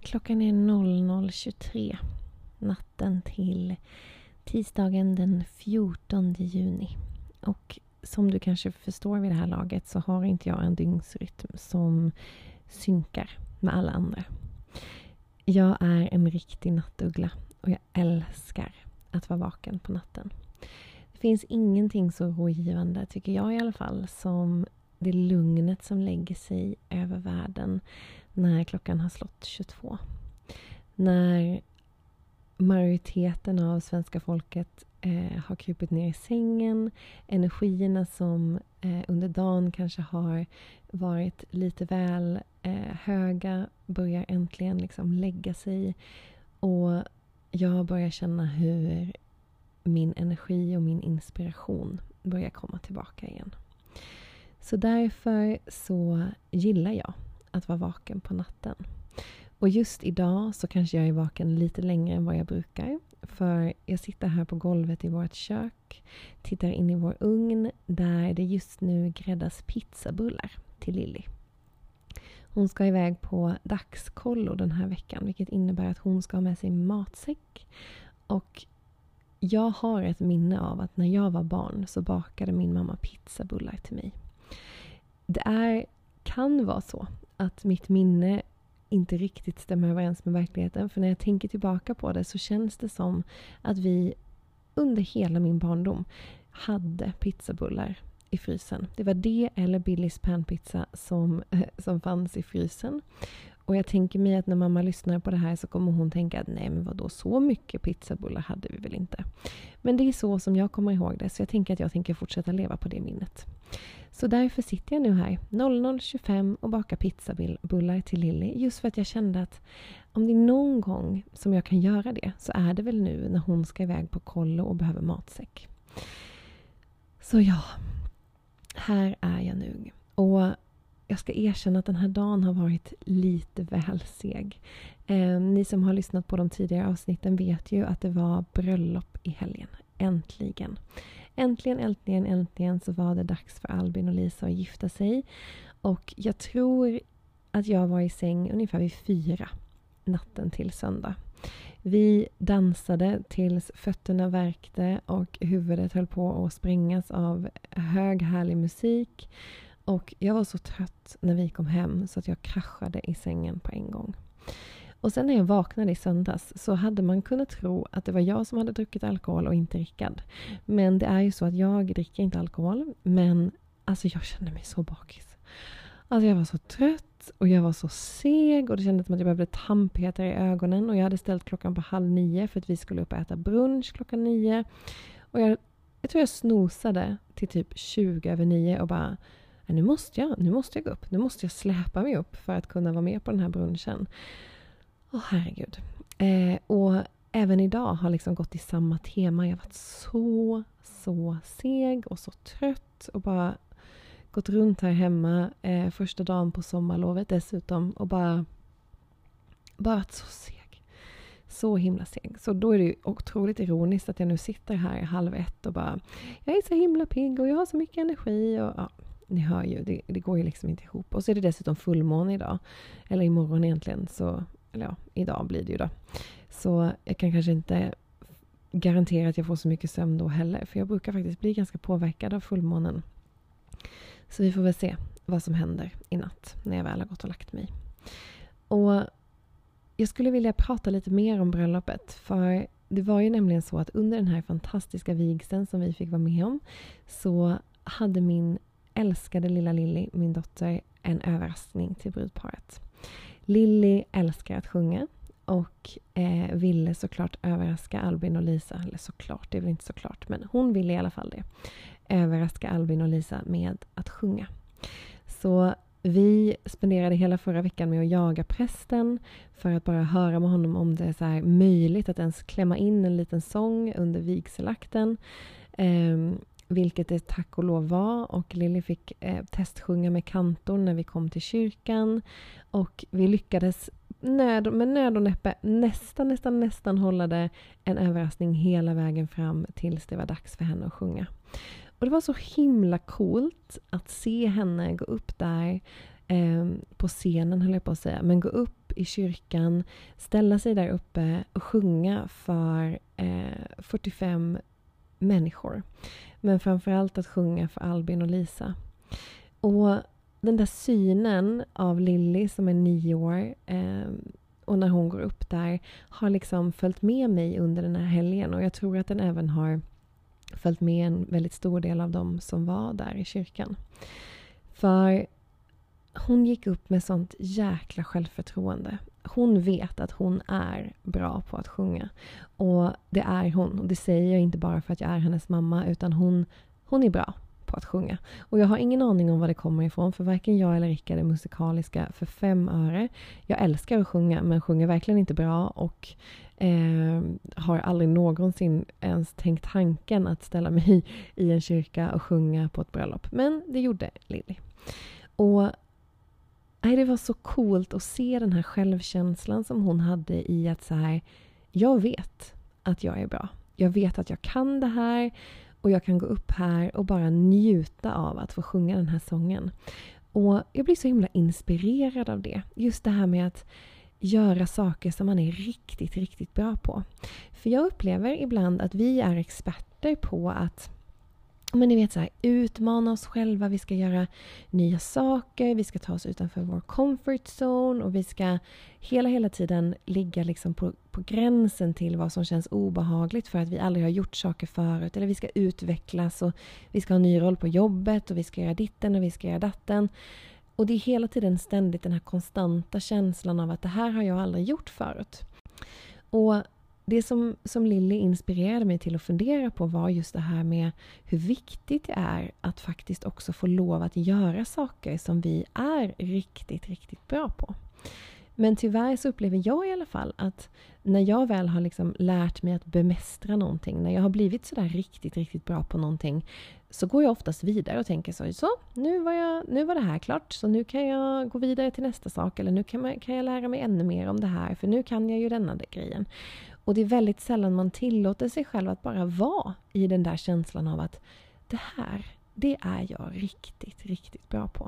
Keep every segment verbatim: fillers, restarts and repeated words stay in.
Klockan är noll noll tjugotre natten till tisdagen den fjortonde juni. Och som du kanske förstår vid det här laget så har inte jag en dygnsrytm som synkar med alla andra. Jag är en riktig nattuggla och jag älskar att vara vaken på natten. Det finns ingenting så rogivande, tycker jag i alla fall, som det lugnet som lägger sig över världen när klockan har slått tjugotvå. När majoriteten av svenska folket eh, har krupit ner i sängen. Energierna som eh, under dagen kanske har varit lite väl eh, höga börjar äntligen liksom lägga sig. Och jag börjar känna hur min energi och min inspiration börjar komma tillbaka igen. Så därför så gillar jag att vara vaken på natten. Och just idag så kanske jag är vaken lite längre än vad jag brukar. För jag sitter här på golvet i vårt kök. Tittar in i vår ugn där det just nu gräddas pizzabullar till Lilly. Hon ska iväg på dagskollo den här veckan. Vilket innebär att hon ska ha med sig matsäck. Och jag har ett minne av att när jag var barn så bakade min mamma pizzabullar till mig. Det är, kan vara så att mitt minne inte riktigt stämmer överens med verkligheten. För när jag tänker tillbaka på det så känns det som att vi under hela min barndom hade pizzabullar i frysen. Det var det eller Billys panpizza som, som fanns i frysen. Och jag tänker mig att när mamma lyssnar på det här så kommer hon tänka att nej men vadå, så mycket pizzabullar hade vi väl inte. Men det är så som jag kommer ihåg det, så jag tänker att jag tänker fortsätta leva på det minnet. Så därför sitter jag nu här noll noll tjugofem och bakar pizzabullar till Lilly. Just för att jag kände att om det är någon gång som jag kan göra det så är det väl nu när hon ska iväg på kollo och behöver matsäck. Så ja, här är jag nu. Och jag ska erkänna att den här dagen har varit lite väl seg. Eh, ni som har lyssnat på de tidigare avsnitten vet ju att det var bröllop i helgen. Äntligen. Äntligen, äntligen, äntligen så var det dags för Albin och Lisa att gifta sig. Och jag tror att jag var i säng ungefär vid fyra natten till söndag. Vi dansade tills fötterna värkte och huvudet höll på att sprängas av hög härlig musik. Och jag var så trött när vi kom hem så att jag kraschade i sängen på en gång. Och sen när jag vaknade i söndags så hade man kunnat tro att det var jag som hade druckit alkohol och inte Rickard. Men det är ju så att jag dricker inte alkohol. Men alltså jag kände mig så bakis. Alltså jag var så trött och jag var så seg och det kändes som att jag behövde tandpetare i ögonen. Och jag hade ställt klockan på halv nio för att vi skulle upp och äta brunch klockan nio. Och jag, jag tror jag snosade till typ tjugo över nio och bara... Nu måste jag, nu måste jag gå upp. Nu måste jag släpa mig upp för att kunna vara med på den här brunchen. Åh herregud. Eh, och även idag har liksom gått i samma tema. Jag har varit så, så seg och så trött. Och bara gått runt här hemma eh, första dagen på sommarlovet dessutom. Och bara, bara varit så seg. Så himla seg. Så då är det ju otroligt ironiskt att jag nu sitter här i halv ett och bara... Jag är så himla pigg och jag har så mycket energi och... Ja. Ni hör ju, det, det går ju liksom inte ihop. Och så är det dessutom fullmåne idag. Eller imorgon egentligen. Så, eller ja, idag blir det ju då. Så jag kan kanske inte garantera att jag får så mycket sömn då heller. För jag brukar faktiskt bli ganska påverkad av fullmånen. Så vi får väl se vad som händer i natt. När jag väl har gått och lagt mig. Och jag skulle vilja prata lite mer om bröllopet. För det var ju nämligen så att under den här fantastiska vigseln som vi fick vara med om. Så hade min älskade lilla Lilly, min dotter, en överraskning till brudparet. Lilly älskar att sjunga och eh, ville såklart överraska Albin och Lisa. Eller såklart, det är väl inte såklart, men hon ville i alla fall det. Överraska Albin och Lisa med att sjunga. Så vi spenderade hela förra veckan med att jaga prästen för att bara höra med honom om det är så här möjligt att ens klämma in en liten sång under vigselakten. Eh, Vilket det tack och lov var. Och Lilly fick eh, testsjunga med kantorn när vi kom till kyrkan. Och vi lyckades nöd, med nöd och näppe nästan, nästan, nästan hålla det en överraskning hela vägen fram tills det var dags för henne att sjunga. Och det var så himla coolt att se henne gå upp där eh, på scenen, höll jag på att säga. Men gå upp upp i kyrkan, ställa sig där uppe och sjunga för eh, fyrtiofem människor. Men framförallt att sjunga för Albin och Lisa. Och den där synen av Lilly som är nio år eh, och när hon går upp där har liksom följt med mig under den här helgen. Och jag tror att den även har följt med en väldigt stor del av dem som var där i kyrkan. För hon gick upp med sånt jäkla självförtroende. Hon vet att hon är bra på att sjunga. Och det är hon. Och det säger jag inte bara för att jag är hennes mamma, utan hon, hon är bra på att sjunga. Och jag har ingen aning om var det kommer ifrån, för varken jag eller Rickard är musikaliska för fem öre. Jag älskar att sjunga, men sjunger verkligen inte bra och eh, har aldrig någonsin ens tänkt tanken att ställa mig i en kyrka och sjunga på ett bröllop. Men det gjorde Lilly. Och nej, det var så coolt att se den här självkänslan som hon hade i att så här, jag vet att jag är bra. Jag vet att jag kan det här och jag kan gå upp här och bara njuta av att få sjunga den här sången. Och jag blir så himla inspirerad av det. Just det här med att göra saker som man är riktigt, riktigt bra på. För jag upplever ibland att vi är experter på att men ni vet så här, utmana oss själva, vi ska göra nya saker, vi ska ta oss utanför vår comfort zone och vi ska hela hela tiden ligga liksom på, på gränsen till vad som känns obehagligt för att vi aldrig har gjort saker förut, eller vi ska utvecklas och vi ska ha en ny roll på jobbet och vi ska göra ditten och vi ska göra datten. Och det är hela tiden ständigt den här konstanta känslan av att det här har jag aldrig gjort förut. Och det som, som Lilly inspirerade mig till att fundera på var just det här med hur viktigt det är att faktiskt också få lov att göra saker som vi är riktigt, riktigt bra på. Men tyvärr så upplever jag i alla fall att när jag väl har liksom lärt mig att bemästra någonting, när jag har blivit sådär riktigt, riktigt bra på någonting, så går jag oftast vidare och tänker så, så nu var, jag, nu var det här klart, så nu kan jag gå vidare till nästa sak, eller nu kan, man, kan jag lära mig ännu mer om det här, för nu kan jag ju denna grejen. Och det är väldigt sällan man tillåter sig själv att bara vara i den där känslan av att det här, det är jag riktigt, riktigt bra på.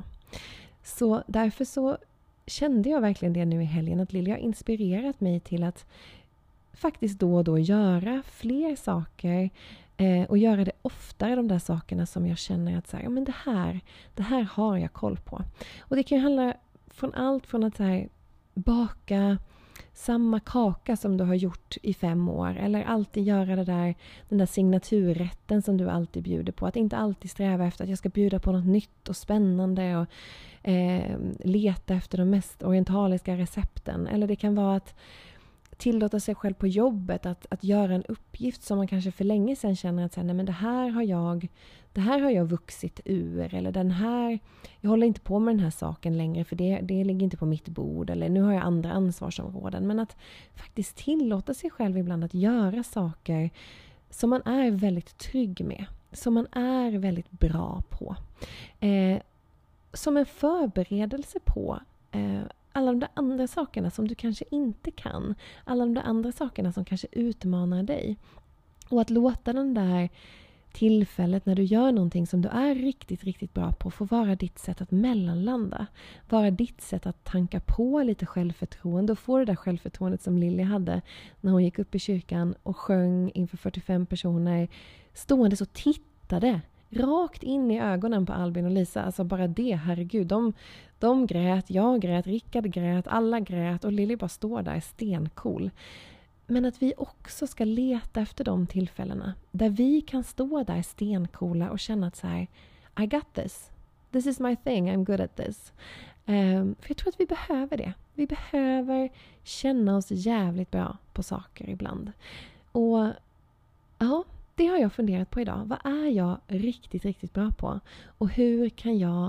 Så därför så kände jag verkligen det nu i helgen, att Lilly har inspirerat mig till att faktiskt då och då göra fler saker eh, och göra det oftare, de där sakerna som jag känner att så här, ja, men det här, det här har jag koll på. Och det kan ju handla från allt från att så här, baka samma kaka som du har gjort i fem år. Eller alltid göra det där, den där signaturrätten som du alltid bjuder på. Att inte alltid sträva efter att jag ska bjuda på något nytt och spännande. Och eh, leta efter de mest orientaliska recepten. Eller det kan vara att tillåta sig själv på jobbet. Att, att göra en uppgift som man kanske för länge sedan känner att säga, nej, men det här har jag... Det här har jag vuxit ur, eller den här, jag håller inte på med den här saken längre för det, det ligger inte på mitt bord, eller nu har jag andra ansvarsområden. Men att faktiskt tillåta sig själv ibland att göra saker som man är väldigt trygg med, som man är väldigt bra på. Eh, som en förberedelse på eh, alla de där andra sakerna som du kanske inte kan. Alla de där andra sakerna som kanske utmanar dig. Och att låta den där tillfället när du gör någonting som du är riktigt, riktigt bra på får vara ditt sätt att mellanlanda. Vara ditt sätt att tanka på lite självförtroende och få det där självförtroendet som Lilly hade när hon gick upp i kyrkan och sjöng inför fyrtiofem personer. Stående så tittade rakt in i ögonen på Albin och Lisa. Alltså bara det, herregud. De, de grät, jag grät, Rickard grät, alla grät och Lilly bara står där stencool. Men att vi också ska leta efter de tillfällena där vi kan stå där stenkola och känna att så här, I got this. This is my thing. I'm good at this. Um, för jag tror att vi behöver det. Vi behöver känna oss jävligt bra på saker ibland. Och ja, det har jag funderat på idag. Vad är jag riktigt, riktigt bra på? Och hur kan jag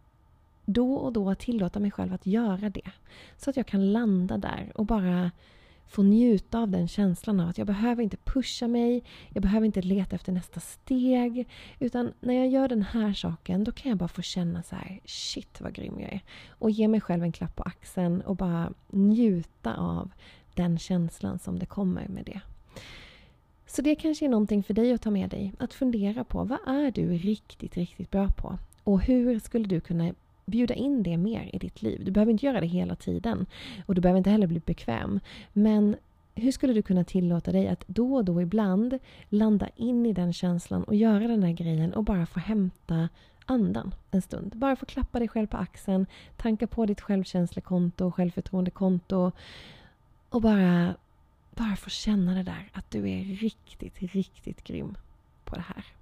då och då tillåta mig själv att göra det? Så att jag kan landa där och bara få njuta av den känslan av att jag behöver inte pusha mig, jag behöver inte leta efter nästa steg, utan när jag gör den här saken då kan jag bara få känna så här, shit vad grym jag är, och ge mig själv en klapp på axeln och bara njuta av den känslan som det kommer med det. Så det kanske är någonting för dig att ta med dig, att fundera på vad är du riktigt, riktigt bra på, och hur skulle du kunna bjuda in det mer i ditt liv. Du behöver inte göra det hela tiden. Och du behöver inte heller bli bekväm. Men hur skulle du kunna tillåta dig att då och då ibland landa in i den känslan och göra den här grejen och bara få hämta andan en stund. Bara få klappa dig själv på axeln, tanka på ditt självkänslekonto, självförtroendekonto och bara, bara få känna det där att du är riktigt, riktigt grym på det här.